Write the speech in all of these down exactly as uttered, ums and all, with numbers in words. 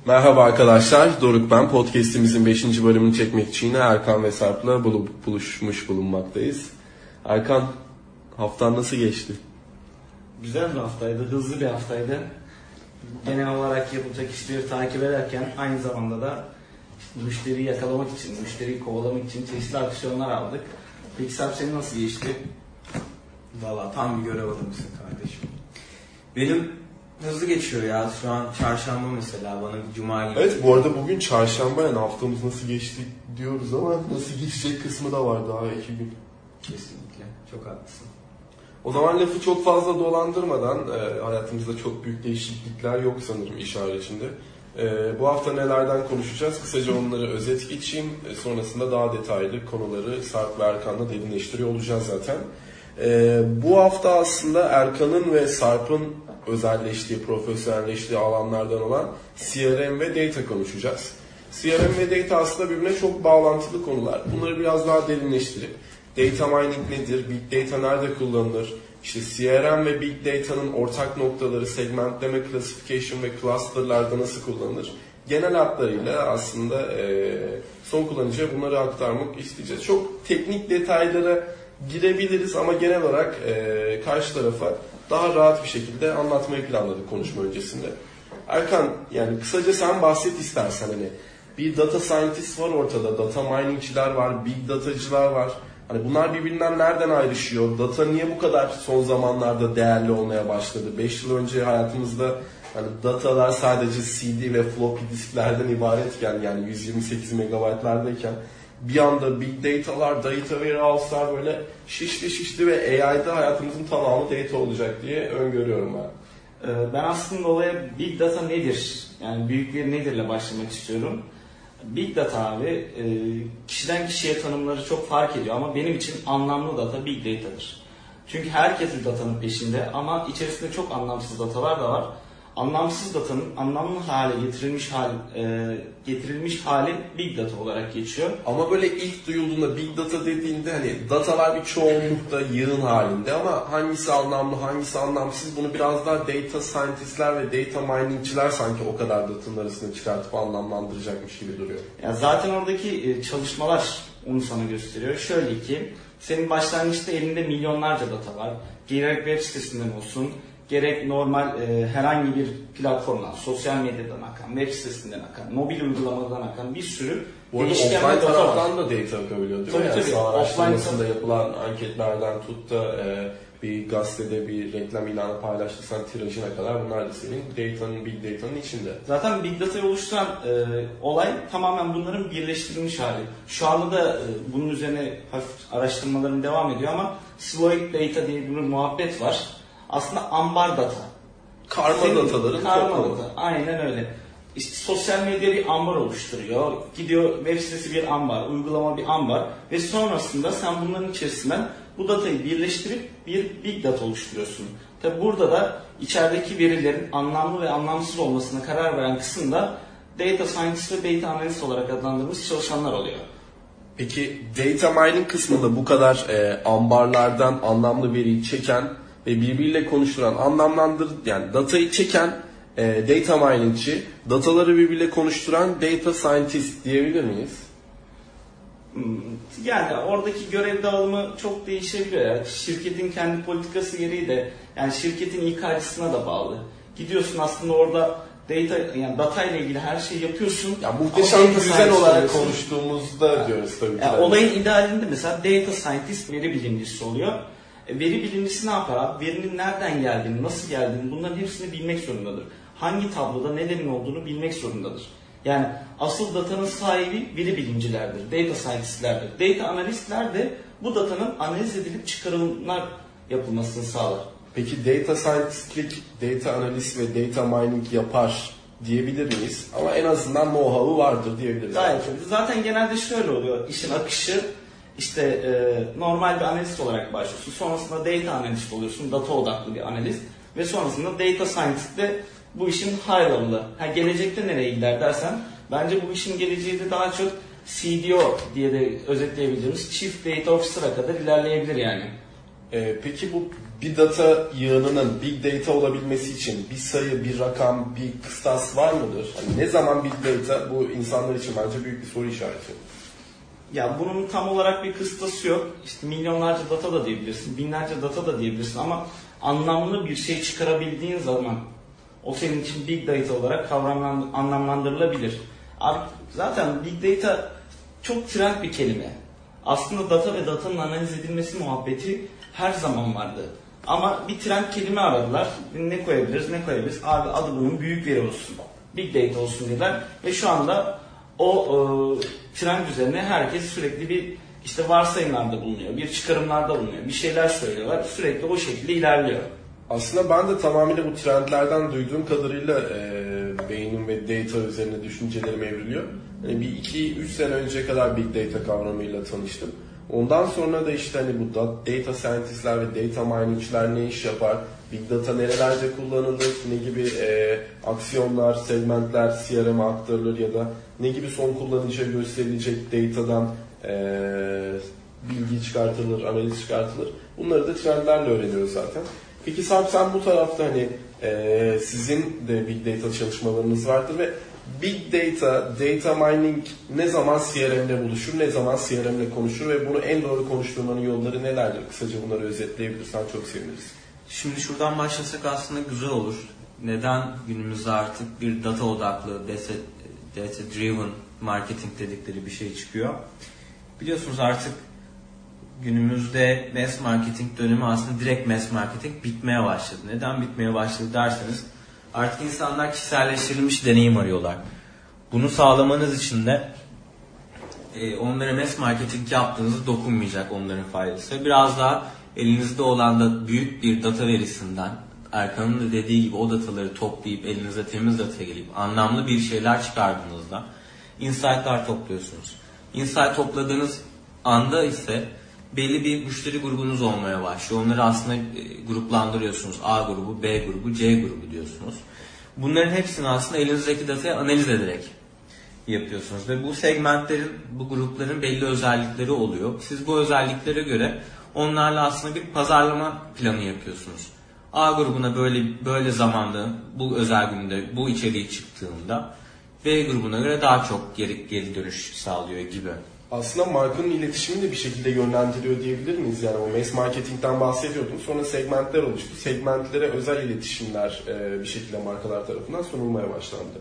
Merhaba arkadaşlar, Doruk ben. Podcast'imizin beşinci bölümünü çekmek için yine Erkan ve Sarp'la buluşmuş bulunmaktayız. Erkan, haftan nasıl geçti? Güzel bir haftaydı, hızlı bir haftaydı. Genel olarak yapılacak işleri takip ederken aynı zamanda da müşteriyi yakalamak için, müşteriyi kovalamak için çeşitli aksiyonlar aldık. Peki Sarp, senin nasıl geçti? Valla tam bir görev adamısın kardeşim. Benim hızlı geçiyor ya. Şu an çarşamba mesela, bana bir cuma gibi. Evet, bu arada bugün çarşamba, yani haftamız nasıl geçti diyoruz ama nasıl geçecek kısmı da var daha iki gün. Kesinlikle. Çok haklısın. O zaman lafı çok fazla dolandırmadan, e, hayatımızda çok büyük değişiklikler yok sanırım iş haricinde. E, bu hafta nelerden konuşacağız? Kısaca onları özet geçeyim. E, sonrasında daha detaylı konuları Sarp ve Erkan'la derinleştiriyor olacağız zaten. E, bu hafta aslında Erkan'ın ve Sarp'ın özelleştiği, profesyonelleştiği alanlardan olan C R M ve data konuşacağız. C R M ve data aslında birbirine çok bağlantılı konular. Bunları biraz daha derinleştirip data mining nedir, big data nerede kullanılır, işte C R M ve big data'nın ortak noktaları, segmentleme, classification ve cluster'larda nasıl kullanılır, genel hatlarıyla aslında e, son kullanıcıya bunları aktarmak isteyeceğiz. Çok teknik detaylara girebiliriz ama genel olarak e, karşı tarafa daha rahat bir şekilde anlatmayı planladık konuşma öncesinde. Erkan, yani kısaca sen bahset istersen. Hani bir data scientist var ortada, data miningçiler var, big datacılar var. Hani bunlar birbirinden nereden ayrışıyor? Data niye bu kadar son zamanlarda değerli olmaya başladı? beş yıl önce hayatımızda hani datalar sadece C D ve floppy disklerden ibaretken, yani yüz yirmi sekiz megabaytlardayken bir anda big data'lar, data warehouse'lar böyle şişti şişti ve A I'da hayatımızın tamamı data olacak diye öngörüyorum ben. Ben aslında olaya Big Data nedir, yani büyükleri nedirle başlamak istiyorum. Big Data abi, kişiden kişiye tanımları çok fark ediyor ama benim için anlamlı data Big Data'dır. Çünkü herkes bir datanın peşinde ama içerisinde çok anlamsız datalar da var. Anlamsız datanın anlamlı hale getirilmiş hali, e, getirilmiş hali Big Data olarak geçiyor. Ama böyle ilk duyulduğunda Big Data dediğinde hani datalar bir çoğunlukta yığın halinde ama hangisi anlamlı hangisi anlamsız, bunu biraz daha data scientistler ve data miningçiler sanki o kadar datanın arasında çıkartıp anlamlandıracakmış gibi duruyor. Ya zaten oradaki çalışmalar onu sana gösteriyor. Şöyle ki, senin başlangıçta elinde milyonlarca data var. Gerek web sitesinden olsun, gerek normal e, herhangi bir platformdan, sosyal medyadan akan, web sitesinden akan, mobil uygulamadan akan bir sürü değişken offline taraftan da data akabiliyor değil tabii, mi? Yani tabii. sağ araştırmasında yapılan anketlerden tut da e, bir gazetede bir reklam ilanı paylaştıysan tirajına kadar bunlar da senin datanın, big data'nın içinde. Zaten big data'yı oluşturan e, olay tamamen bunların birleştirilmiş hali. Şu anda da e, bunun üzerine hafif araştırmalarım devam ediyor ama Sloyd data diye bir muhabbet var. Aslında ambar data. Karma Senin, dataların karma toplamı. data. Aynen öyle. İşte sosyal medya bir ambar oluşturuyor. Gidiyor, web sitesi bir ambar, uygulama bir ambar ve sonrasında sen bunların içerisinden bu datayı birleştirip bir big data oluşturuyorsun. Tabi burada da içerideki verilerin anlamlı ve anlamsız olmasına karar veren kısımda data scientist ve data analyst olarak adlandırdığımız çalışanlar oluyor. Peki data mining kısmında bu kadar e, ambarlardan anlamlı veriyi çeken ve birbiriyle konuşturan, anlamlandır, yani datayı çeken e, data miningçi, dataları birbiriyle konuşturan data scientist diyebilir miyiz? Yani oradaki görev dağılımı çok değişebiliyor. Yani şirketin kendi politikası gereği de, yani şirketin İK'cısına da bağlı. Gidiyorsun aslında orada data, yani data ile ilgili her şeyi yapıyorsun. Ya muhteşem düzen olarak konuştuğumuzda yani, diyoruz tabii ki. Yani olayın idealinde mesela data scientist veri bilimcisi oluyor. E, veri bilimcisi ne yapar abi? Verinin nereden geldiğini, nasıl geldiğini, bunların hepsini bilmek zorundadır. Hangi tabloda nelerin olduğunu bilmek zorundadır. Yani asıl datanın sahibi veri bilimcilerdir, data scientistlerdir. Data analistler de bu datanın analiz edilip çıkarımlar yapılmasını sağlar. Peki data scientistlik, data analist ve data mining yapar diyebilir miyiz? Ama en azından know-how'u vardır diyebiliriz. Gayet tabii. Zaten genelde şöyle oluyor. İşin akışı işte e, normal bir analist olarak başlıyorsun. Sonrasında data analist oluyorsun. Data odaklı bir analist. Ve sonrasında data scientist de bu işin high level'ı. Ha, gelecekte nereye gider dersen, bence bu işin geleceği de daha çok C D O diye de özetleyebildiğimiz Chief Data Officer'a kadar ilerleyebilir yani. Ee, peki bu Big Data yığınının Big Data olabilmesi için bir sayı, bir rakam, bir kıstas var mıdır? Hani ne zaman Big Data bu insanlar için bence büyük bir soru işareti. Ya bunun tam olarak bir kıstası yok. İşte milyonlarca data da diyebilirsin, binlerce data da diyebilirsin ama anlamlı bir şey çıkarabildiğin zaman o senin için Big Data olarak kavramlan, anlamlandırılabilir. Zaten Big Data çok trend bir kelime. Aslında data ve datanın analiz edilmesi muhabbeti her zaman vardı. Ama bir trend kelime aradılar. Ne koyabiliriz, ne koyabiliriz? Abi adı bunun büyük veri olsun, Big Data olsun dediler. Ve şu anda o e, trend üzerine herkes sürekli bir işte varsayımlarda bulunuyor, bir çıkarımlarda bulunuyor, bir şeyler söylüyorlar. Sürekli o şekilde ilerliyor. Aslında ben de tamamıyla bu trendlerden duyduğum kadarıyla e, beynim ve data üzerine düşüncelerim evriliyor. Yani bir iki üç sene önce kadar Big Data kavramıyla tanıştım. Ondan sonra da işte hani bu data scientistler ve data miningçiler ne iş yapar, Big Data nerelerde kullanılır, ne gibi e, aksiyonlar, segmentler C R M'e aktarılır ya da ne gibi son kullanıcıya gösterilecek datadan e, bilgi çıkartılır, analiz çıkartılır. Bunları da trendlerle öğreniyoruz zaten. Peki Sarp, sen bu tarafta hani e, sizin de Big Data çalışmalarınız vardır ve Big Data, Data Mining ne zaman C R M ile buluşur, ne zaman C R M ile konuşur ve bunu en doğru konuşturmanın yolları nelerdir? Kısaca bunları özetleyebilirsen çok seviniriz. Şimdi şuradan başlasak aslında güzel olur. Neden günümüzde artık bir data odaklı, data, data driven marketing dedikleri bir şey çıkıyor? Biliyorsunuz artık günümüzde mass marketing dönemi aslında direkt mass marketing bitmeye başladı. Neden bitmeye başladı derseniz artık insanlar kişiselleştirilmiş deneyim arıyorlar. Bunu sağlamanız için de e, onlara mass marketing yaptığınızda dokunmayacak onların faydası. Biraz daha elinizde olan da büyük bir data verisinden, Erkan'ın da dediği gibi o dataları toplayıp elinize temiz data gelip anlamlı bir şeyler çıkardığınızda insight'lar topluyorsunuz. Insight topladığınız anda ise belli bir müşteri grubunuz olmaya başlıyor. Onları aslında gruplandırıyorsunuz. A grubu, B grubu, C grubu diyorsunuz. Bunların hepsini aslında elinizdeki datayı analiz ederek yapıyorsunuz. Ve bu segmentlerin, bu grupların belli özellikleri oluyor. Siz bu özelliklere göre onlarla aslında bir pazarlama planı yapıyorsunuz. A grubuna böyle böyle zamanda, bu özel günde, bu içeriği çıktığında B grubuna göre daha çok geri, geri dönüş sağlıyor gibi. Aslında markanın iletişimini de bir şekilde yönlendiriyor diyebilir miyiz? Yani o mass marketing'den bahsediyordum. Sonra segmentler oluştu. Segmentlere özel iletişimler e, bir şekilde markalar tarafından sunulmaya başlandı.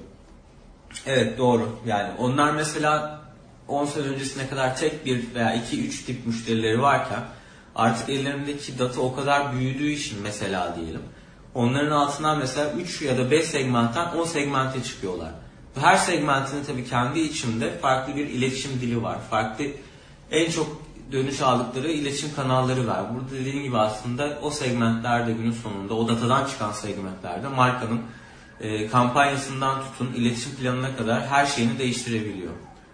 Evet, doğru. Yani onlar mesela on sene öncesine kadar tek bir veya iki üç tip müşterileri varken artık ellerindeki data o kadar büyüdüğü için mesela diyelim, onların altından mesela üç ya da beş segmentten on segmente çıkıyorlar. Her segmentin tabii kendi içinde farklı bir iletişim dili var. Farklı en çok dönüş aldıkları iletişim kanalları var. Burada dediğim gibi aslında o segmentlerde günün sonunda, o datadan çıkan segmentlerde markanın e, kampanyasından tutun iletişim planına kadar her şeyini değiştirebiliyor.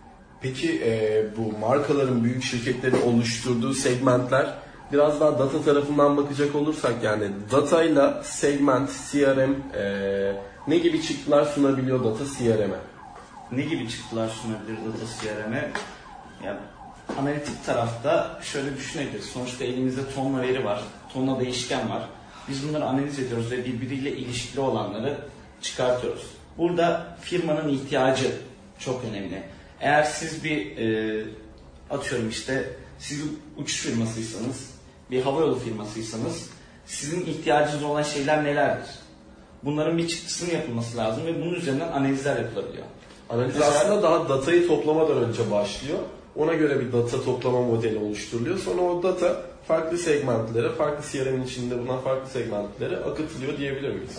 Peki e, bu markaların, büyük şirketlerin oluşturduğu segmentler biraz daha data tarafından bakacak olursak, yani datayla segment, C R M e, ne gibi çıktılar sunabiliyor data C R M'e? Ne gibi çıktılar sunabilir data C R M'e? Yani analitik tarafta şöyle düşünebiliriz. Sonuçta elimizde tonla veri var, tonla değişken var. Biz bunları analiz ediyoruz ve birbiriyle ilişkili olanları çıkartıyoruz. Burada firmanın ihtiyacı çok önemli. Eğer siz bir e, atıyorum işte siz uçuş firmasıysanız, bir havayolu firmasıysanız sizin ihtiyacınız olan şeyler nelerdir? Bunların bir çıktısının yapılması lazım ve bunun üzerinden analizler yapılabiliyor. Analiz Mesela, aslında daha datayı toplamadan önce başlıyor. Ona göre bir data toplama modeli oluşturuluyor. Sonra o data farklı segmentlere, farklı C R M'in içinde bulunan farklı segmentlere akıtılıyor diyebilir miyiz?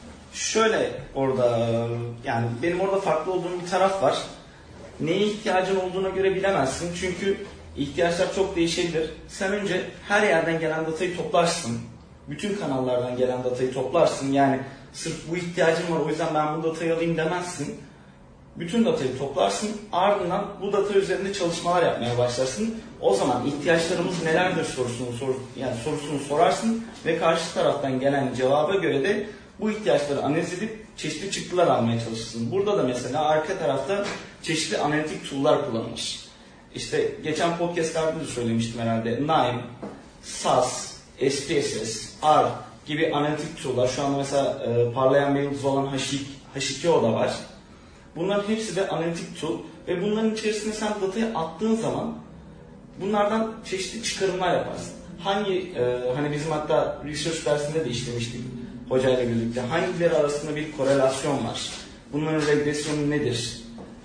Şöyle orada, yani benim orada farklı olduğum bir taraf var. Neye ihtiyacın olduğuna göre bilemezsin. Çünkü ihtiyaçlar çok değişebilir. Sen önce her yerden gelen datayı toplarsın. Bütün kanallardan gelen datayı toplarsın. Yani sırf bu ihtiyacım var o yüzden ben bu datayı alayım demezsin. Bütün datayı toplarsın. Ardından bu data üzerinde çalışmalar yapmaya başlarsın. O zaman ihtiyaçlarımız nelerdir sorusunu, sor, yani sorusunu sorarsın ve karşı taraftan gelen cevaba göre de bu ihtiyaçları analiz edip çeşitli çıktılar almaya çalışırsın. Burada da mesela arka tarafta çeşitli analitik tool'lar kullanılır. İşte geçen podcast'larda da söylemiştim herhalde. Nime, S A S, S P S S, R gibi analitik tool'lar, şu anda mesela e, parlayan bir yıldız olan H iki O da var. Bunların hepsi de analitik tool ve bunların içerisine sen datayı attığın zaman bunlardan çeşitli çıkarımlar yaparsın. Hangi, e, hani bizim hatta research dersinde de işlemiştik hocayla birlikte, hangileri arasında bir korelasyon var? Bunların regresyonu nedir?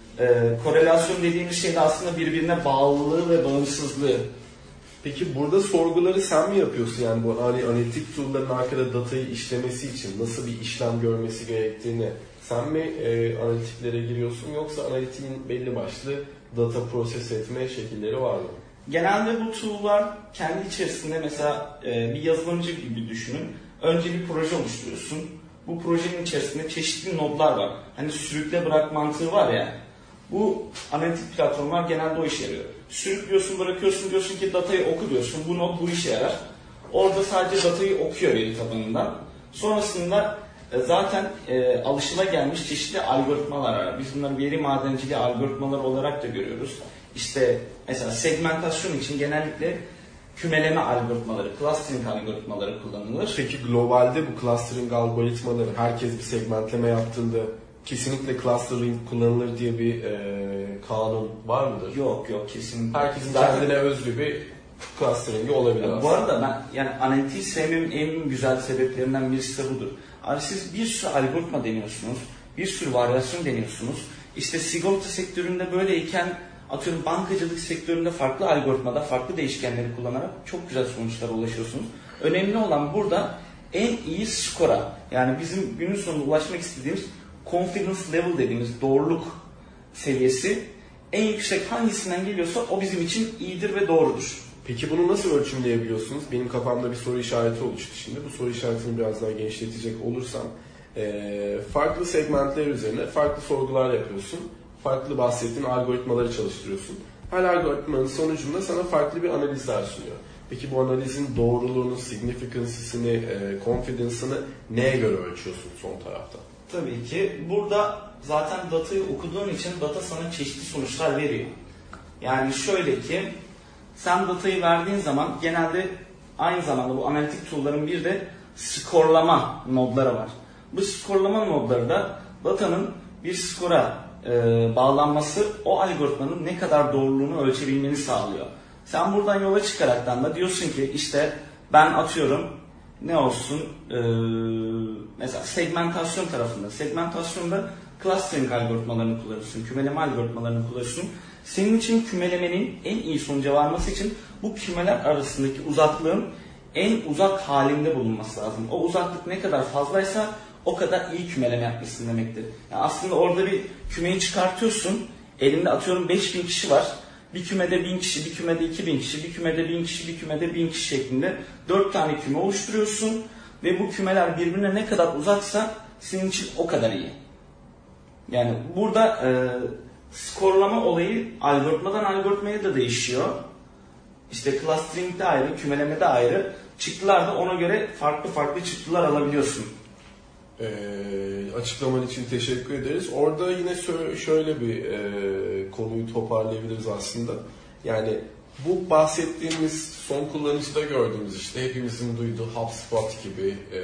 E, korelasyon dediğimiz şey de aslında birbirine bağlılığı ve bağımsızlığı. Peki burada sorguları sen mi yapıyorsun? Yani bu analitik tool'ların arkada datayı işlemesi için nasıl bir işlem görmesi gerektiğini sen mi e, analitiklere giriyorsun, yoksa analitiğin belli başlı data proses etme şekilleri var mı? Genelde bu tool'lar kendi içerisinde mesela e, bir yazılımcı gibi düşünün. Önce bir proje oluşturuyorsun. Bu projenin içerisinde çeşitli nodlar var. Hani sürükle bırak mantığı var ya. Bu analitik platformlar genelde o işe yarıyor. Sürüklüyorsun, bırakıyorsun, diyorsun ki datayı oku diyorsun. Bu nod bu işe yarar. Orada sadece datayı okuyor veri tabanından. Sonrasında e, zaten e, alışılagelmiş çeşitli algoritmalar var. Biz bunları veri madenciliği algoritmaları olarak da görüyoruz. İşte mesela segmentasyon için genellikle kümeleme algoritmaları, clustering algoritmaları kullanılır. Peki globalde bu clustering algoritmaları herkes bir segmentleme yaptığında kesinlikle clustering kullanılır diye bir e, kanun var mıdır? Yok yok kesinlikle. Herkesin zaten kendine özgü bir clustering'i olabilir aslında. Bu arada ben yani analitiği sevmemin en güzel sebeplerinden birisi de budur. Abi siz bir sürü algoritma deniyorsunuz, bir sürü varyasyon deniyorsunuz. İşte sigorta sektöründe böyleyken atıyorum bankacılık sektöründe farklı algoritmada farklı değişkenleri kullanarak çok güzel sonuçlara ulaşıyorsunuz. Önemli olan burada en iyi skora, yani bizim günün sonunda ulaşmak istediğimiz confidence level dediğimiz doğruluk seviyesi en yüksek hangisinden geliyorsa o bizim için iyidir ve doğrudur. Peki bunu nasıl ölçümleyebiliyorsunuz? Benim kafamda bir soru işareti oluştu şimdi. Bu soru işaretini biraz daha genişletecek olursam, e, farklı segmentler üzerine farklı sorgular yapıyorsun. Farklı bahsettiğin algoritmaları çalıştırıyorsun. Her algoritmanın sonucunda sana farklı bir analizler sunuyor. Peki bu analizin doğruluğunu, significance'ını, e, confidence'ını neye göre ölçüyorsun son tarafta? Tabii ki burada zaten datayı okuduğun için data sana çeşitli sonuçlar veriyor. Yani şöyle ki sen datayı verdiğin zaman genelde aynı zamanda bu analitik tool'ların bir de skorlama nodları var. Bu skorlama nodları da datanın bir skora e, bağlanması o algoritmanın ne kadar doğruluğunu ölçebilmeni sağlıyor. Sen buradan yola çıkaraktan da diyorsun ki işte ben atıyorum ne olsun e, mesela segmentasyon tarafında. Segmentasyonda clustering algoritmalarını kullanırsın, kümeleme algoritmalarını kullanırsın. Senin için kümelemenin en iyi sonuca varması için bu kümeler arasındaki uzaklığın en uzak halinde bulunması lazım. O uzaklık ne kadar fazlaysa o kadar iyi kümeleme yapmışsın demektir. Yani aslında orada bir kümeyi çıkartıyorsun, elinde atıyorum beş bin kişi var. Bir kümede bin kişi, bir kümede iki bin kişi, bir kümede bin kişi, bir kümede bin kişi şeklinde dört tane küme oluşturuyorsun ve bu kümeler birbirine ne kadar uzaksa senin için o kadar iyi. Yani burada e, skorlama olayı algoritmadan algoritmaya da değişiyor. İşte clustering'de ayrı, kümelemede ayrı, çıktılar da ona göre farklı farklı çıktılar alabiliyorsun. Ee, açıklaman için teşekkür ederiz. Orada yine şöyle bir e, konuyu toparlayabiliriz aslında. Yani bu bahsettiğimiz son kullanıcıda gördüğümüz işte hepimizin duyduğu HubSpot gibi, e,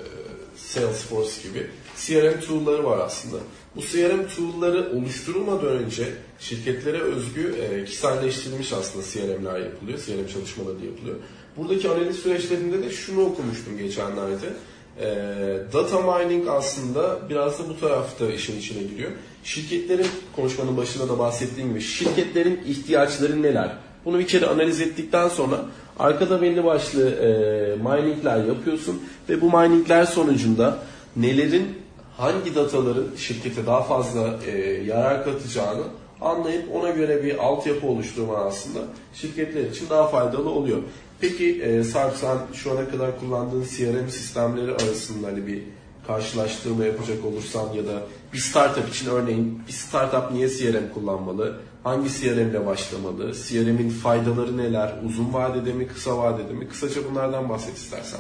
Salesforce gibi C R M tool'ları var aslında. Bu C R M tool'ları oluşturulmadan önce şirketlere özgü e, kişiselleştirilmiş aslında C R M'ler yapılıyor, C R M çalışmaları yapılıyor. Buradaki analiz süreçlerinde de şunu okumuştum geçenlerde. E, data mining aslında biraz da bu tarafta işin içine giriyor. Şirketlerin, konuşmanın başında da bahsettiğim gibi, şirketlerin ihtiyaçları neler? Bunu bir kere analiz ettikten sonra arkada belli başlı e, miningler yapıyorsun ve bu miningler sonucunda nelerin, hangi dataların şirkete daha fazla e, yarar katacağını anlayıp ona göre bir altyapı oluşturma aslında şirketler için daha faydalı oluyor. Peki e, Sarp, sen şu ana kadar kullandığın C R M sistemleri arasında hani bir karşılaştırma yapacak olursan ya da bir startup için örneğin bir startup niye C R M kullanmalı? Hangi C R M ile başlamalı? C R M'in faydaları neler? Uzun vadede mi, kısa vadede mi? Kısaca bunlardan bahset istersen.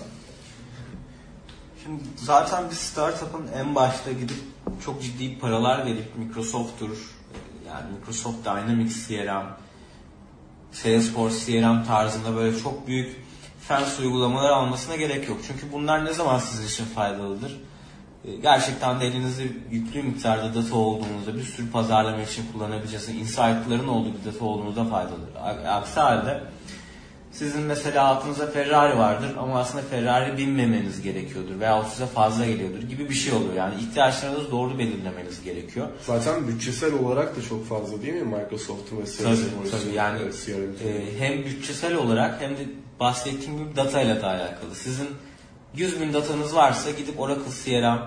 Şimdi zaten bir startup'ın en başta gidip çok ciddi paralar verip Microsoft'tur, yani Microsoft Dynamics C R M, Salesforce C R M tarzında böyle çok büyük fancy uygulamalar almasına gerek yok. Çünkü bunlar ne zaman sizin için faydalıdır? Gerçekten de elinizde yüklü miktarda data olduğunuzda, bir sürü pazarlama için kullanabileceğiniz insight'ların olduğu bir data olduğunuzda faydalıdır. Aksi halde sizin mesela altınızda Ferrari vardır ama aslında Ferrari binmemeniz gerekiyordur veya size fazla geliyordur gibi bir şey oluyor. Yani ihtiyaçlarınızı doğru belirlemeniz gerekiyor. Zaten bütçesel olarak da çok fazla değil mi Microsoft'un ve C R M? Tabii, tabii. Yani e, hem bütçesel olarak hem de bahsettiğim gibi data ile de alakalı. Sizin yüz bin datanız varsa gidip Oracle C R M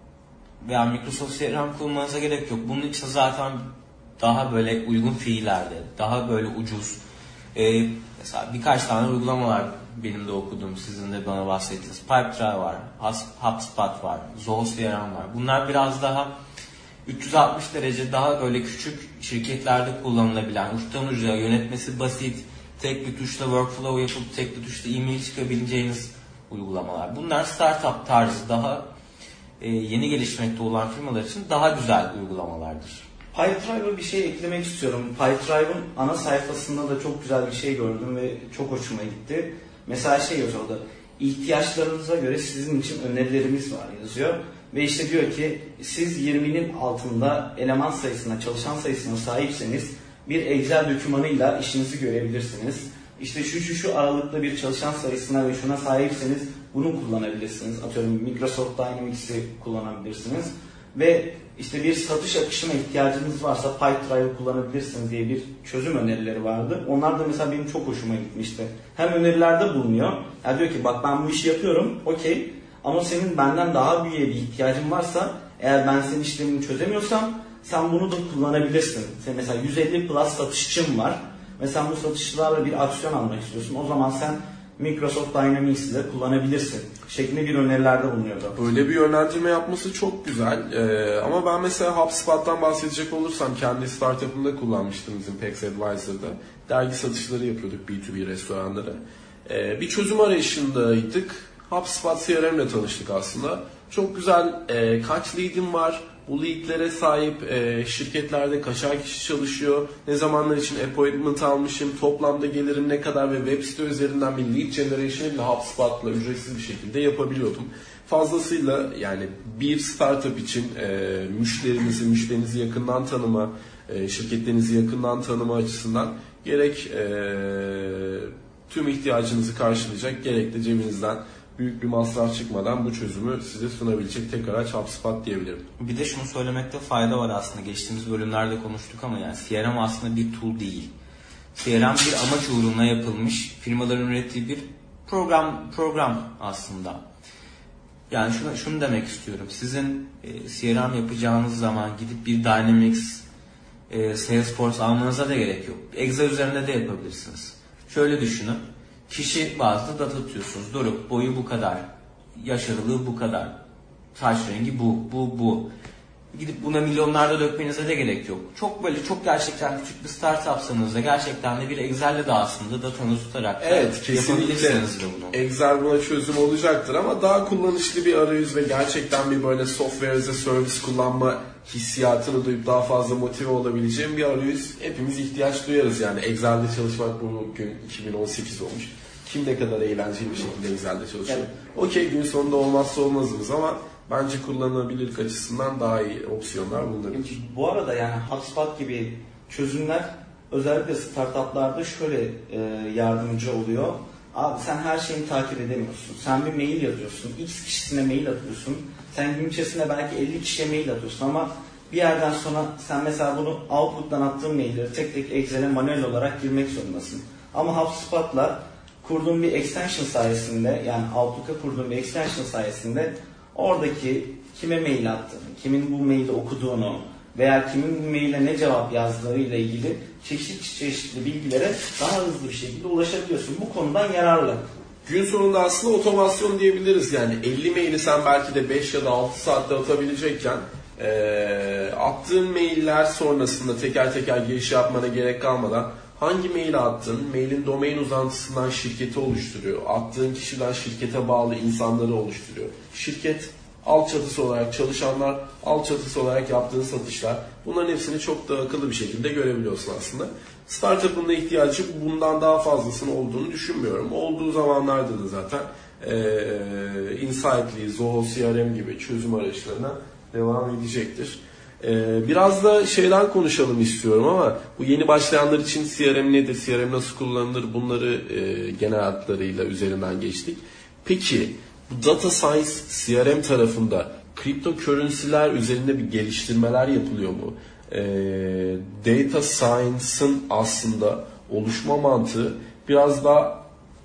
veya Microsoft C R M kullanmanıza gerek yok. Bunun için zaten daha böyle uygun fiillerde, daha böyle ucuz. Ee, mesela birkaç tane uygulama var benim de okuduğum, sizin de bana bahsettiğiniz. Pipedrive var, HubSpot var, Zoho C R M var. Bunlar biraz daha üç yüz altmış derece daha böyle küçük şirketlerde kullanılabilen, uçtan uca yönetmesi basit, tek bir tuşla workflow yapıp tek bir tuşla e-mail çıkabileceğiniz uygulamalar. Bunlar startup tarzı daha e, yeni gelişmekte olan firmalar için daha güzel uygulamalardır. Pipedrive'a bir şey eklemek istiyorum. Pipedrive'ın ana sayfasında da çok güzel bir şey gördüm ve çok hoşuma gitti. Mesela şey yazıyor orada, ihtiyaçlarınıza göre sizin için önerilerimiz var yazıyor. Ve işte diyor ki siz yirminin altında eleman sayısına, çalışan sayısına sahipseniz bir Excel dokümanıyla işinizi görebilirsiniz. İşte şu şu şu aralıklı bir çalışan sayısına ve şuna sahipseniz bunu kullanabilirsiniz. Atıyorum Microsoft Dynamics'i kullanabilirsiniz. Ve işte bir satış akışına ihtiyacınız varsa Pipedrive'ı kullanabilirsiniz diye bir çözüm önerileri vardı. Onlar da mesela benim çok hoşuma gitmişti. Hem önerilerde bulunuyor. Yani diyor ki bak ben bu işi yapıyorum, okey. Ama senin benden daha büyüğe bir ihtiyacın varsa, eğer ben senin işlemini çözemiyorsam sen bunu da kullanabilirsin. Sen mesela yüz elli plus satışçın var ve sen bu satışçılarla bir aksiyon almak istiyorsun. O zaman sen Microsoft Dynamics'i de kullanabilirsin şeklinde bir önerilerde bulunuyordu. Böyle bir yönlendirme yapması çok güzel. Ee, ama ben mesela HubSpot'tan bahsedecek olursam kendi startup'ımda kullanmıştım bizim Pex Advisor'da. Dergi satışları yapıyorduk B iki B restoranlara. Ee, bir çözüm arayışındaydık. HubSpot C R M ile tanıştık aslında. Çok güzel e, kaç lead'im var, bu lead'lere sahip e, şirketlerde kaçar kişi çalışıyor, ne zamanlar için appointment almışım, toplamda gelirim ne kadar ve web site üzerinden bir lead generation'ı bile HubSpot'la ücretsiz bir şekilde yapabiliyordum. Fazlasıyla yani bir startup için e, müşterinizi, müşterinizi yakından tanıma, e, şirketlerinizi yakından tanıma açısından gerek e, tüm ihtiyacınızı karşılayacak, gerek de cebinizden büyük bir masraf çıkmadan bu çözümü size sunabilecek tek araç HubSpot diyebilirim. Bir de şunu söylemekte fayda var aslında. Geçtiğimiz bölümlerde konuştuk ama yani C R M aslında bir tool değil. C R M bir amaç uğruna yapılmış, firmaların ürettiği bir program program aslında. Yani şunu, şunu demek istiyorum. Sizin e, C R M yapacağınız zaman gidip bir Dynamics, e, Salesforce almanıza da gerek yok. Excel üzerinde de yapabilirsiniz. Şöyle düşünün. Kişi bazlı data tutuyorsunuz. Doruk, boyu bu kadar, yaş aralığı bu kadar, saç rengi bu, bu, bu. Gidip buna milyonlarda dökmenize de gerek yok. Çok böyle çok gerçekten küçük bir startupsanız da gerçekten de bir Excel'de de aslında datanızı tutarak evet, kesinlikle bunu. Excel buna çözüm olacaktır ama daha kullanışlı bir arayüz ve gerçekten bir böyle software as a service kullanma hissiyatını duyup daha fazla motive olabileceğim bir arayüz hepimiz ihtiyaç duyarız yani. Excel'de çalışmak bugün iki bin on sekiz olmuş. Kim ne kadar eğlenceli bir şekilde Excel'de çalışıyor. Evet. Okey, gün sonunda olmazsa olmazımız ama bence kullanılabilirlik açısından daha iyi opsiyonlar bulunabilir. Bu arada yani HubSpot gibi çözümler özellikle startuplarda şöyle e, yardımcı oluyor. Abi sen her şeyini takip edemiyorsun. Sen bir mail yazıyorsun. X kişisine mail atıyorsun. Sen gün içerisinde belki elli kişiye mail atıyorsun ama bir yerden sonra sen mesela bunu Outlook'tan attığın mailleri tek tek Excel'e manuel olarak girmek zorundasın. Ama HubSpot'la kurduğun bir extension sayesinde, yani Outlook'a kurduğun bir extension sayesinde oradaki kime mail attığını, kimin bu maili okuduğunu veya kimin bu maile ne cevap yazdığıyla ilgili çeşitli çeşitli bilgilere daha hızlı bir şekilde ulaşabiliyorsun. Bu konudan yararlı. Gün sonunda aslında otomasyon diyebiliriz. Yani elli maili sen belki de beş ya da altı saatte atabilecekken e, attığın mailler sonrasında teker teker giriş yapmana gerek kalmadan hangi maili attın, mailin domain uzantısından şirketi oluşturuyor, attığın kişiden şirkete bağlı insanları oluşturuyor. Şirket alt çatısı olarak çalışanlar, alt çatısı olarak yaptığın satışlar, bunların hepsini çok da akıllı bir şekilde görebiliyorsun aslında. Startup'ın da ihtiyacı bundan daha fazlasının olduğunu düşünmüyorum. Olduğu zamanlarda da zaten e, Insightly, Zoho C R M gibi çözüm araçlarına devam edecektir. E, biraz da şeyden konuşalım istiyorum ama bu yeni başlayanlar için C R M nedir, C R M nasıl kullanılır, bunları e, genel hatlarıyla üzerinden geçtik. Peki bu Data Science C R M tarafında cryptocurrency'ler üzerinde bir geliştirmeler yapılıyor mu? E, Data Science'ın aslında oluşma mantığı biraz daha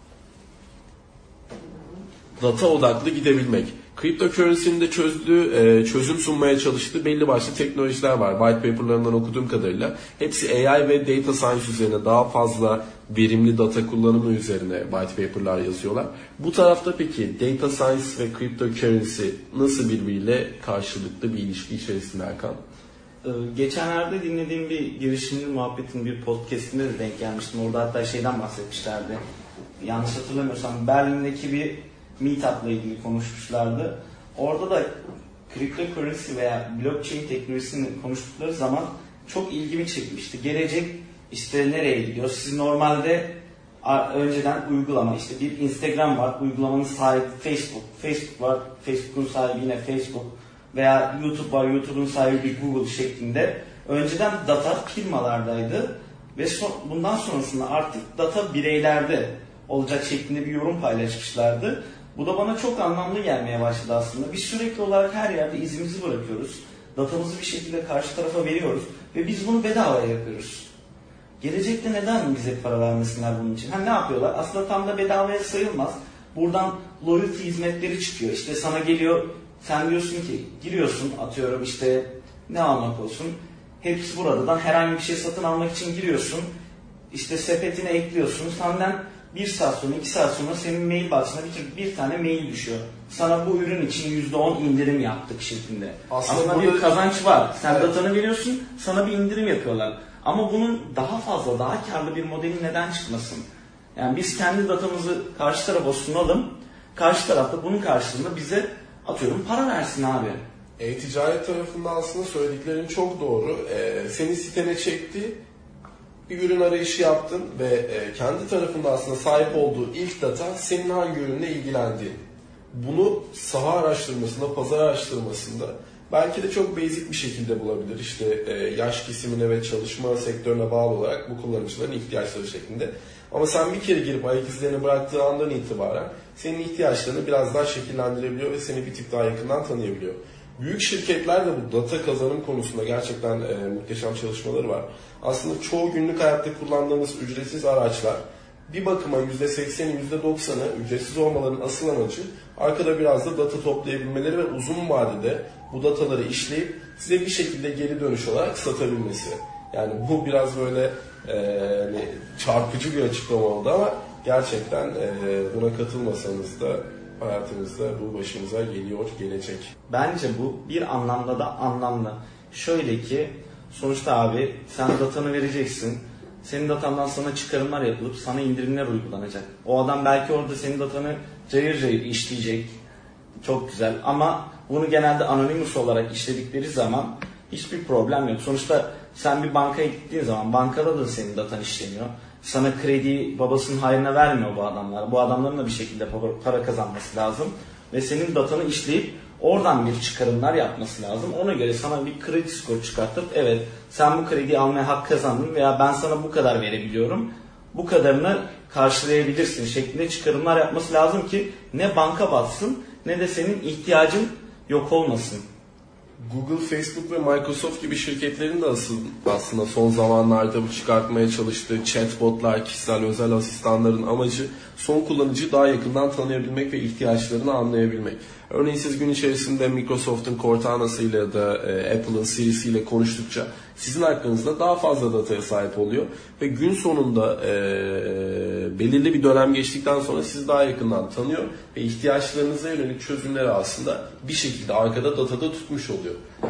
data odaklı gidebilmek. Cryptocurrency'nin de çözdüğü, e, çözüm sunmaya çalıştığı belli başlı teknolojiler var. White paper'larından okuduğum kadarıyla. Hepsi A I ve Data Science üzerine, daha fazla verimli data kullanımı üzerine white paper'lar yazıyorlar. Bu tarafta peki Data Science ve Cryptocurrency nasıl birbiriyle karşılıklı bir ilişki içerisinde Erkan? Ee, geçenlerde dinlediğim bir girişimci muhabbetin bir podcastinde de denk gelmiştim. Orada hatta şeyden bahsetmişlerdi. Yanlış hatırlamıyorsam Berlin'deki bir meetup'la ilgili konuşmuşlardı. Orada da cryptocurrency veya blockchain teknolojisini konuştukları zaman çok ilgimi çekmişti. Gelecek işte nereye gidiyor? Siz normalde önceden uygulama, işte bir Instagram var, uygulamanın sahibi Facebook, Facebook var, Facebook'un sahibi yine Facebook veya YouTube var, YouTube'un sahibi bir Google şeklinde. Önceden data firmalardaydı ve son, bundan sonrasında artık data bireylerde olacak şeklinde bir yorum paylaşmışlardı. Bu da bana çok anlamlı gelmeye başladı aslında. Biz sürekli olarak her yerde izimizi bırakıyoruz. Datamızı bir şekilde karşı tarafa veriyoruz ve biz bunu bedavaya yapıyoruz. Gelecekte neden bize para vermesinler bunun için? Ha, ne yapıyorlar? Aslında tam da bedavaya sayılmaz. Buradan loyalty hizmetleri çıkıyor. İşte sana geliyor, sen diyorsun ki giriyorsun, atıyorum işte ne almak olsun. Hepsi buradan herhangi bir şey satın almak için giriyorsun. İşte sepetine ekliyorsun. Senden bir saat sonra, iki saat sonra senin mail box'ına bir, bir tane mail düşüyor. Sana bu ürün için yüzde on indirim yaptık şeklinde. Aslında, Aslında burada bir kazanç var. Sen evet. datanı veriyorsun, sana bir indirim yapıyorlar. Ama bunun daha fazla, daha karlı bir modeli neden çıkmasın? Yani biz kendi datamızı karşı tarafa sunalım. Karşı tarafta bunun karşılığında bize atıyorum para versin abi. E-ticaret tarafında aslında söylediklerin çok doğru. Ee, seni sitene çekti. Bir ürün arayışı yaptın ve e, kendi tarafında aslında sahip olduğu ilk data senin hangi ürünle ilgilendiğin. Bunu saha araştırmasında, pazar araştırmasında belki de çok basic bir şekilde bulabilir. İşte e, yaş kesimine ve çalışma sektörüne bağlı olarak bu kullanıcıların ihtiyaçları şeklinde. Ama sen bir kere girip ayak izlerini bıraktığı andan itibaren senin ihtiyaçlarını biraz daha şekillendirebiliyor ve seni bir tık daha yakından tanıyabiliyor. Büyük şirketler de bu data kazanım konusunda gerçekten e, muhteşem çalışmaları var. Aslında çoğu günlük hayatta kullandığımız ücretsiz araçlar bir bakıma yüzde sekseni, yüzde doksanı ücretsiz olmalarının asıl amacı arkada biraz da data toplayabilmeleri ve uzun vadede bu dataları işleyip size bir şekilde geri dönüş olarak satabilmesi. Yani bu biraz böyle e, hani çarpıcı bir açıklama oldu ama gerçekten e, buna katılmasanız da hayatımızda bu başımıza geliyor, gelecek. Bence bu bir anlamda da anlamlı. Şöyle ki sonuçta abi sen datanı vereceksin. Senin datandan sana çıkarımlar yapılıp sana indirimler uygulanacak. O adam belki orada senin datanı cayır cayır işleyecek. Çok güzel ama bunu genelde anonymous olarak işledikleri zaman hiçbir problem yok. Sonuçta sen bir bankaya gittiğin zaman bankada da senin datan işleniyor. Sana kredi babasının hayrına vermiyor bu adamlar. Bu adamların da bir şekilde para kazanması lazım. Ve senin datanı işleyip oradan bir çıkarımlar yapması lazım. Ona göre sana bir kredi skoru çıkartıp evet sen bu krediyi almaya hak kazandın veya ben sana bu kadar verebiliyorum. Bu kadarını karşılayabilirsin şeklinde çıkarımlar yapması lazım ki ne banka batsın ne de senin ihtiyacın yok olmasın. Google, Facebook ve Microsoft gibi şirketlerin de asıl, aslında son zamanlarda bu çıkartmaya çalıştığı chatbotlar, kişisel özel asistanların amacı son kullanıcıyı daha yakından tanıyabilmek ve ihtiyaçlarını anlayabilmek. Örneğin siz gün içerisinde Microsoft'un Cortana'sıyla ya da e, Apple'ın Siri'siyle konuştukça sizin hakkınızda daha fazla dataya sahip oluyor ve gün sonunda e, belirli bir dönem geçtikten sonra sizi daha yakından tanıyor ve ihtiyaçlarınıza yönelik çözümleri aslında bir şekilde arkada datada tutmuş oluyor.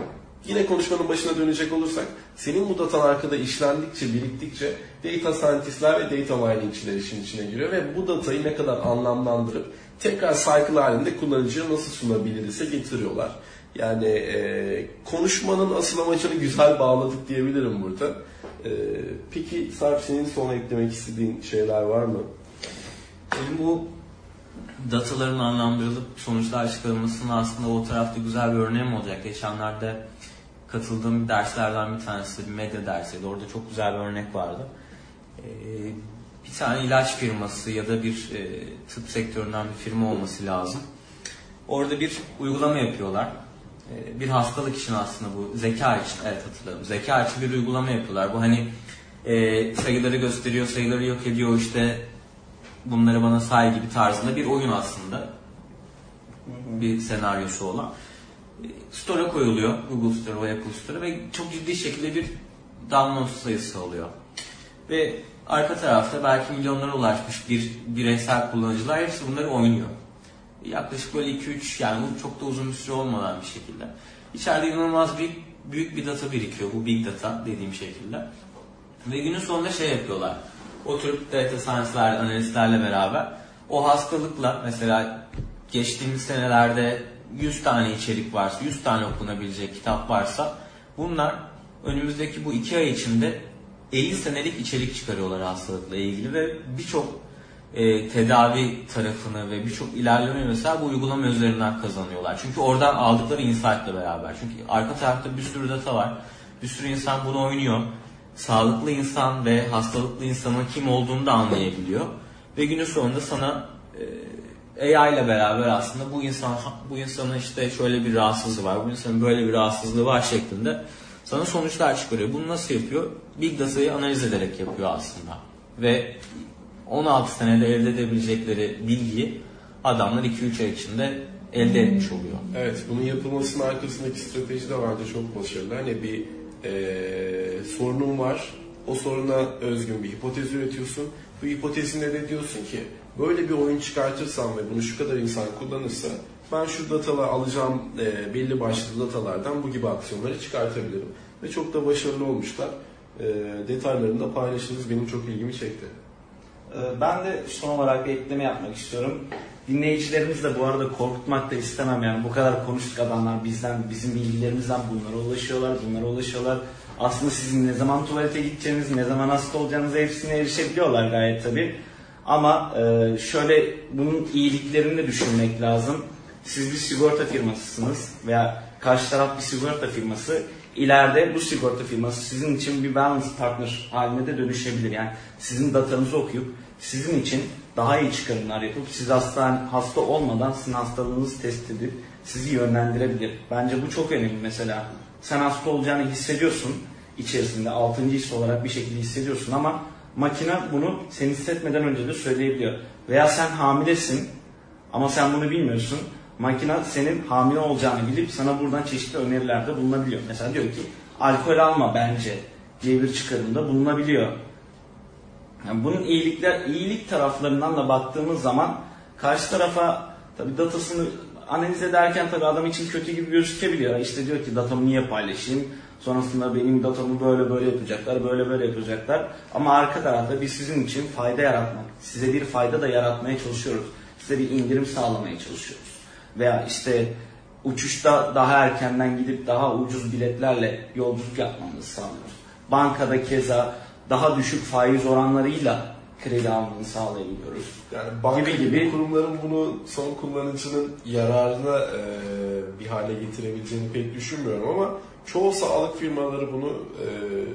Yine konuşmanın başına dönecek olursak, senin bu datan arkada işlendikçe, biriktikçe data scientistler ve data miningçiler işin içine giriyor ve bu datayı ne kadar anlamlandırıp tekrar cycle halinde kullanıcıya nasıl sunabilirse getiriyorlar. Yani e, konuşmanın asıl amacını güzel bağladık diyebilirim burada. E, peki Sarp, senin son eklemek istediğin şeyler var mı? Benim bu dataların anlamlandırılıp sonuçlar çıkarılmasının aslında o tarafta güzel bir örneğim olacak. Geçenlerde katıldığım bir derslerden bir tanesi bir medya dersiydi. Orada çok güzel bir örnek vardı. Ee, bir tane ilaç firması ya da bir e, tıp sektöründen bir firma olması lazım. Orada bir uygulama yapıyorlar. Ee, bir hastalık için aslında bu. Zeka için, evet hatırladım. Zeka için bir uygulama yapıyorlar. Bu hani e, sayıları gösteriyor, sayıları yok ediyor, işte bunları bana say gibi tarzında bir oyun aslında. Bir senaryosu olan. Store'a koyuluyor. Google Store ve Apple Store ve çok ciddi şekilde bir download sayısı oluyor. Ve arka tarafta belki milyonlara ulaşmış bir bireysel kullanıcılar hepsi bunları oynuyor. Yaklaşık böyle iki üç, yani bu çok da uzun bir süre olmadan bir şekilde. İçeride inanılmaz bir büyük bir data birikiyor. Bu big data dediğim şekilde. Ve günün sonunda şey yapıyorlar. Oturup data science'ler, analistlerle beraber o hastalıkla, mesela geçtiğimiz senelerde yüz tane içerik varsa, yüz tane okunabilecek kitap varsa, bunlar önümüzdeki bu iki ay içinde elli senelik içerik çıkarıyorlar hastalıkla ilgili ve birçok e, tedavi tarafını ve birçok ilerleme mesela bu uygulama üzerinden kazanıyorlar. Çünkü oradan aldıkları insight'la beraber. Çünkü arka tarafta bir sürü data var. Bir sürü insan bunu oynuyor. Sağlıklı insan ve hastalıklı insanın kim olduğunu da anlayabiliyor. Ve günün sonunda sana e, A I ile beraber aslında bu insan bu insanın işte şöyle bir rahatsızlığı var, bu insanın böyle bir rahatsızlığı var şeklinde sana sonuçlar çıkarıyor. Bunu nasıl yapıyor? Big Data'yı analiz ederek yapıyor aslında. Ve on altı senede elde edebilecekleri bilgiyi adamlar iki üç ay içinde elde etmiş oluyor. Evet, bunun yapılmasının arkasındaki strateji de vardı, çok başarılı. Hani bir e, sorunun var, o soruna özgün bir hipotez üretiyorsun. Bu hipotezinde de diyorsun ki, böyle bir oyun çıkartırsam ve bunu şu kadar insan kullanırsa, ben şu dataları alacağım e, belli başlı datalardan bu gibi aksiyonları çıkartabilirim. Ve çok da başarılı olmuşlar. E, detaylarını da paylaşırız, benim çok ilgimi çekti. Ben de son olarak bir ekleme yapmak istiyorum. Dinleyicilerimiz de bu arada korkutmak da istemem, yani bu kadar konuştuk, adamlar bizden, bizim bilgilerimizden bunlara ulaşıyorlar, bunlara ulaşıyorlar. Aslında sizin ne zaman tuvalete gideceğiniz, ne zaman hasta olacağınızı hepsine erişebiliyorlar gayet tabii. Ama şöyle, bunun iyiliklerini de düşünmek lazım. Siz bir sigorta firmasısınız veya karşı taraf bir sigorta firması. İleride bu sigorta firması sizin için bir balance partner haline de dönüşebilir. Yani sizin datanızı okuyup sizin için daha iyi çıkarımlar yapıp siz hasta, hasta olmadan sizin hastalığınızı test edip sizi yönlendirebilir. Bence bu çok önemli mesela. Sen hasta olacağını hissediyorsun içerisinde, altıncı his olarak bir şekilde hissediyorsun ama makine bunu sen hissetmeden önce de söyleyebiliyor. Veya sen hamilesin ama sen bunu bilmiyorsun. Makine senin hamile olacağını bilip sana buradan çeşitli önerilerde bulunabiliyor. Mesela diyor ki alkol alma bence diye bir çıkarımda bulunabiliyor. Yani bunun iyilikler, iyilik taraflarından da baktığımız zaman karşı tarafa tabii datasını analiz ederken tabii adam için kötü gibi gözükebiliyor. İşte diyor ki datamı niye paylaşayım? Sonrasında benim datamı böyle böyle yapacaklar, böyle böyle yapacaklar. Ama arka tarafta biz sizin için fayda yaratmak, size bir fayda da yaratmaya çalışıyoruz. Size bir indirim sağlamaya çalışıyoruz. Veya işte uçuşta daha erkenden gidip daha ucuz biletlerle yolculuk yapmanızı sağlıyoruz. Bankada keza daha düşük faiz oranlarıyla kredi almanızı sağlayabiliyoruz. Yani banka gibi gibi gibi kurumların bunu son kullanıcının yararına e, bir hale getirebileceğini pek düşünmüyorum ama çoğu sağlık firmaları bunu e,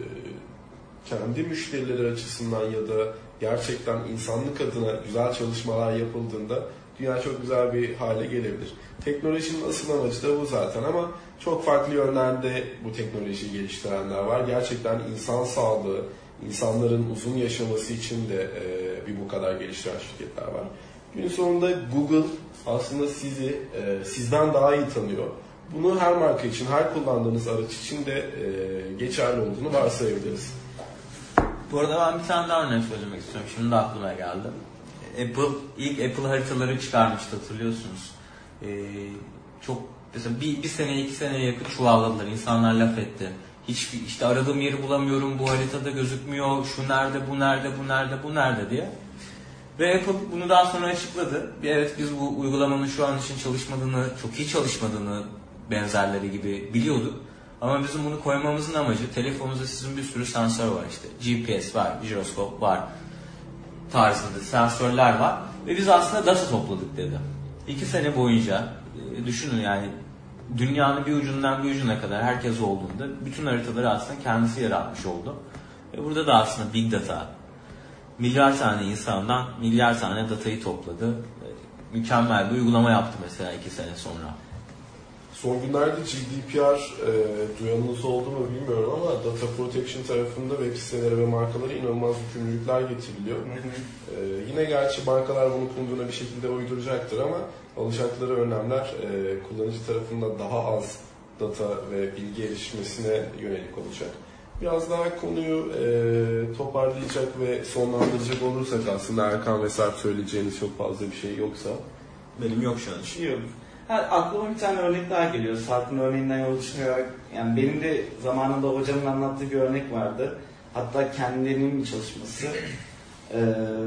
kendi müşterileri açısından ya da gerçekten insanlık adına güzel çalışmalar yapıldığında dünya çok güzel bir hale gelebilir. Teknolojinin asıl amacı da bu zaten ama çok farklı yönlerde bu teknolojiyi geliştirenler var. Gerçekten insan sağlığı, insanların uzun yaşaması için de e, bir bu kadar geliştiren şirketler var. Günün sonunda Google aslında sizi e, sizden daha iyi tanıyor. Bunu her marka için, her kullandığınız araç için de e, geçerli olduğunu varsayabiliriz. Bu arada ben bir tane daha örnek söylemek istiyorum. Şimdi de aklıma geldi. Apple ilk Apple haritaları çıkarmıştı, hatırlıyorsunuz. Ee, çok mesela bir, bir sene iki seneye yakın çuvalladılar. İnsanlar laf etti. Hiçbir, işte aradığım yeri bulamıyorum, bu haritada gözükmüyor, şu nerede, bu nerede, bu nerede, bu nerede diye. Ve Apple bunu daha sonra açıkladı. Evet, biz bu uygulamanın şu an için çalışmadığını, çok iyi çalışmadığını benzerleri gibi biliyorduk. Ama bizim bunu koymamızın amacı, telefonunuzda sizin bir sürü sensör var işte. G P S var, jiroskop var tarzında sensörler var. Ve biz aslında data topladık dedi. İki sene boyunca e, düşünün yani dünyanın bir ucundan bir ucuna kadar herkes olduğunda bütün haritaları aslında kendisi yaratmış oldu. Ve burada da aslında Big Data milyar tane insandan milyar tane datayı topladı. E, mükemmel bir uygulama yaptı mesela iki sene sonra. Son günlerde G D P R e, duyanınız oldu mu bilmiyorum ama data protection tarafında web siteleri ve markalara inanılmaz yükümlülükler getiriliyor. Hı hı. E, yine gerçi bankalar bunu kunduğuna bir şekilde uyduracaktır ama alacakları önlemler e, kullanıcı tarafında daha az data ve bilgi erişmesine yönelik olacak. Biraz daha konuyu e, toparlayacak ve sonlandıracak olursak aslında Erkan ve Sarp söyleyeceğiniz çok fazla bir şey yoksa. Benim yok şu an için. Yok. Ha, aklıma bir tane örnek daha geliyor. Sarp'ın örneğinden yola çıkarak, yani benim de zamanında hocamın anlattığı bir örnek vardı. Hatta kendilerinin bir çalışması. Ee,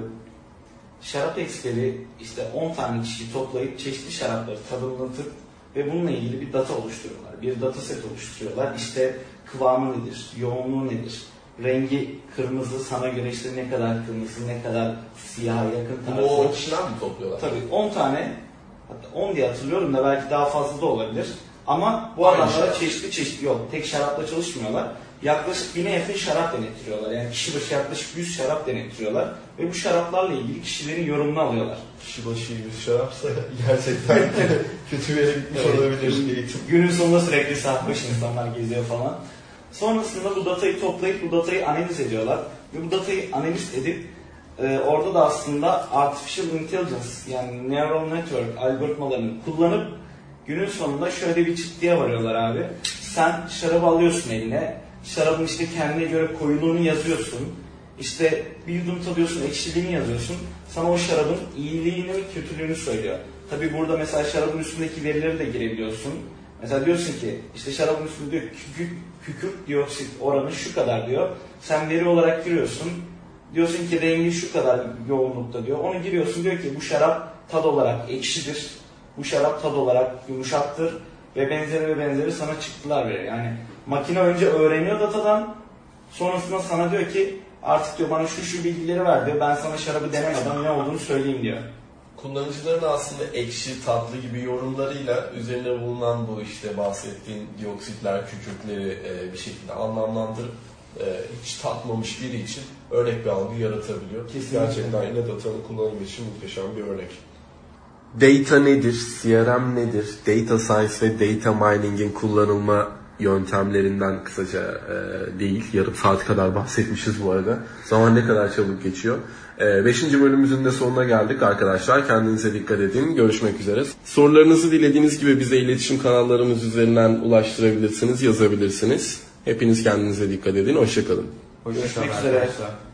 şarap eksperi işte on tane kişi toplayıp çeşitli şarapları tadımlatıp ve bununla ilgili bir data oluşturuyorlar. Bir data set oluşturuyorlar. İşte kıvamı nedir, yoğunluğu nedir, rengi kırmızı, sana göre işte ne kadar kırmızı, ne kadar siyaha yakın tarzı. Bu on kişiden mi topluyorlar? Tabii on tane, hatta on diye hatırlıyorum da belki daha fazla da olabilir. Ama bu Aynı adamlara şarap. çeşitli çeşitli yok. Tek şarapla çalışmıyorlar. Yaklaşık bine yakın şarap denettiriyorlar. Yani kişi başı yaklaşık yüz şarap denettiriyorlar. Ve bu şaraplarla ilgili kişilerin yorumunu alıyorlar. Kişi başı yüz şarapsa gerçekten kötü bir yere gitmiş Evet. olabilir eğitim. Günün sonunda sürekli sarhoş insanlar geziyor falan. Sonrasında bu datayı toplayıp bu datayı analiz ediyorlar. Ve bu datayı analiz edip e, orada da aslında Artificial Intelligence yani Neural Network algoritmalarını kullanıp günün sonunda şöyle bir çıktıya varıyorlar abi. Sen şarabı alıyorsun eline. Şarabın işte kendine göre koyuluğunu yazıyorsun. İşte bir yudum tadıyorsun, ekşiliğini yazıyorsun. Sana o şarabın iyiliğini ve kötülüğünü söylüyor. Tabi burada mesela şarabın üstündeki verileri de girebiliyorsun. Mesela diyorsun ki işte şarabın üstünde diyor kükürt, kükürt dioksit oranı şu kadar diyor. Sen veri olarak giriyorsun. Diyorsun ki rengi şu kadar yoğunlukta diyor. Onu giriyorsun diyor ki bu şarap tad olarak ekşidir. Bu şarap tad olarak yumuşaktır. Ve benzeri ve benzeri sana çıktılar veriyor. Yani makine önce öğreniyor datadan. Sonrasında sana diyor ki artık diyor bana şu şu bilgileri ver diyor. Ben sana şarabı denemeden ne olduğunu söyleyeyim diyor. Kullanıcıların aslında ekşi, tatlı gibi yorumlarıyla üzerine bulunan bu işte bahsettiğin dioksitler, kükürtleri e, bir şekilde anlamlandırıp e, hiç tatmamış biri için örnek bir algı yaratabiliyor. Kesinlikle. Gerçekten yine datanın kullanımı için muhteşem bir örnek. Data nedir? C R M nedir? Data Science ve Data Mining'in kullanılma yöntemlerinden kısaca e, değil. Yarım saat kadar bahsetmişiz bu arada. Zaman ne kadar çabuk geçiyor. E, beşinci bölümümüzün de sonuna geldik arkadaşlar. Kendinize dikkat edin. Görüşmek üzere. Sorularınızı dilediğiniz gibi bize iletişim kanallarımız üzerinden ulaştırabilirsiniz, yazabilirsiniz. Hepiniz kendinize dikkat edin. Hoşça kalın. Görüşmek üzere. üzere.